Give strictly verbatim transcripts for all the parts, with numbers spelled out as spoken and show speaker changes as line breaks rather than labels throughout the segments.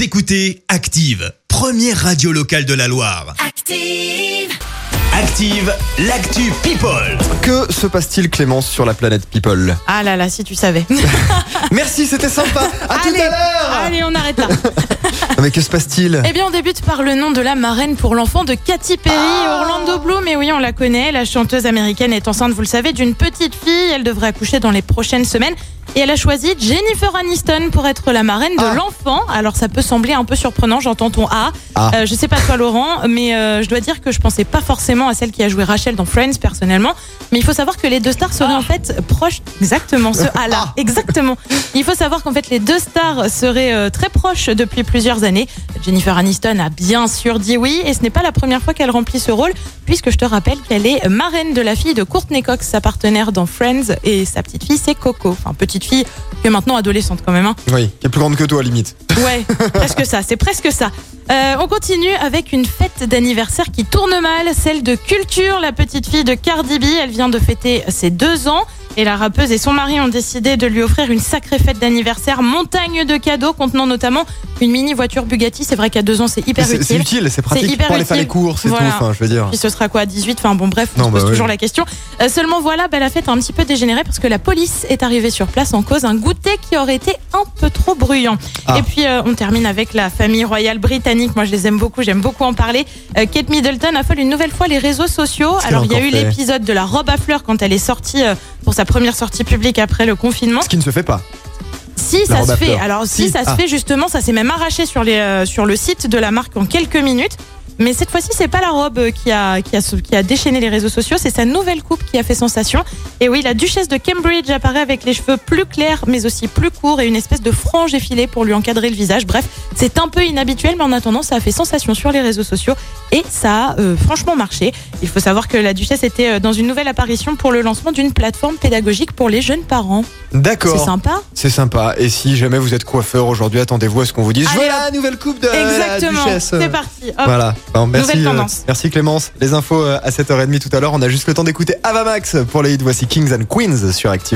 Vous écoutez Active, première radio locale de la Loire.
Active.
Active, l'actu People.
Que se passe-t-il, Clémence, sur la planète People?
Ah là là, si tu savais.
Merci, c'était sympa. À
allez,
tout à l'heure.
Allez, on arrête là.
Mais que se passe-t-il?
Eh bien, on débute par le nom de la marraine pour l'enfant de Katy Perry, ah Orlando Bloom. Et oui, on la connaît. La chanteuse américaine est enceinte, vous le savez, d'une petite fille. Elle devrait accoucher dans les prochaines semaines. Et elle a choisi Jennifer Aniston pour être la marraine de ah. l'enfant. Alors ça peut sembler un peu surprenant, j'entends ton A. Ah. Euh, je sais pas toi Laurent, mais euh, je dois dire que je pensais pas forcément à celle qui a joué Rachel dans Friends personnellement. Mais il faut savoir que les deux stars seraient ah. en fait proches. Exactement, ce A là. Ah. Exactement. Il faut savoir qu'en fait les deux stars seraient euh, très proches depuis plusieurs années. Jennifer Aniston a bien sûr dit oui, et ce n'est pas la première fois qu'elle remplit ce rôle, puisque je te rappelle qu'elle est marraine de la fille de Courtney Cox, sa partenaire dans Friends, et sa petite fille c'est Coco. Enfin petite fille qui est maintenant adolescente quand même. Hein.
Oui, qui est plus grande que toi limite.
Ouais, presque ça, c'est presque ça. Euh, on continue avec une fête d'anniversaire qui tourne mal, celle de Culture, la petite fille de Cardi B. Elle vient de fêter ses deux ans. Et la rappeuse et son mari ont décidé de lui offrir une sacrée fête d'anniversaire, montagne de cadeaux contenant notamment une mini voiture Bugatti. C'est vrai qu'à deux ans c'est hyper
c'est,
utile.
C'est utile, c'est pratique c'est pour aller faire les courses et voilà. tout. Enfin, je veux dire.
Puis ce sera quoi, dix-huit? Enfin bon bref, on non, se pose bah, toujours oui. la question. Euh, seulement voilà, bah, la fête a un petit peu dégénéré parce que la police est arrivée sur place en cause un goûter qui aurait été un peu trop bruyant. Ah. Et puis euh, on termine avec la famille royale britannique. Moi je les aime beaucoup, j'aime beaucoup en parler. Euh, Kate Middleton affole une nouvelle fois les réseaux sociaux. Qu'est-ce Alors il y a eu fait l'épisode de la robe à fleurs quand elle est sortie euh, pour sa première sortie publique après le confinement.
Ce qui ne se fait pas.
Si, ça se fait. Alors si, si ça ah. se fait justement, ça s'est même arraché sur, les, euh, sur le site de la marque en quelques minutes. Mais cette fois-ci, c'est pas la robe qui a, qui, a, qui a déchaîné les réseaux sociaux, c'est sa nouvelle coupe qui a fait sensation. Et oui, la duchesse de Cambridge apparaît avec les cheveux plus clairs, mais aussi plus courts et une espèce de frange effilée pour lui encadrer le visage. Bref, c'est un peu inhabituel, mais en attendant, ça a fait sensation sur les réseaux sociaux et ça a euh, franchement marché. Il faut savoir que la duchesse était dans une nouvelle apparition pour le lancement d'une plateforme pédagogique pour les jeunes parents.
D'accord.
C'est sympa.
C'est sympa. Et si jamais vous êtes coiffeur aujourd'hui, attendez-vous à ce qu'on vous dise. Allez, voilà la nouvelle coupe de
Exactement,
la duchesse.
C'est parti. Hop.
Voilà. Bon, merci,
nouvelle tendance.
Euh, merci Clémence. Les infos euh, à sept heures trente tout à l'heure. On a juste le temps d'écouter Avamax pour les hits. Voici Kings and Queens sur Active.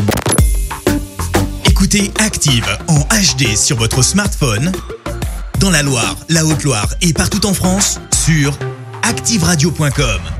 Écoutez Active en H D sur votre smartphone, dans la Loire, la Haute-Loire et partout en France, sur active radio point com.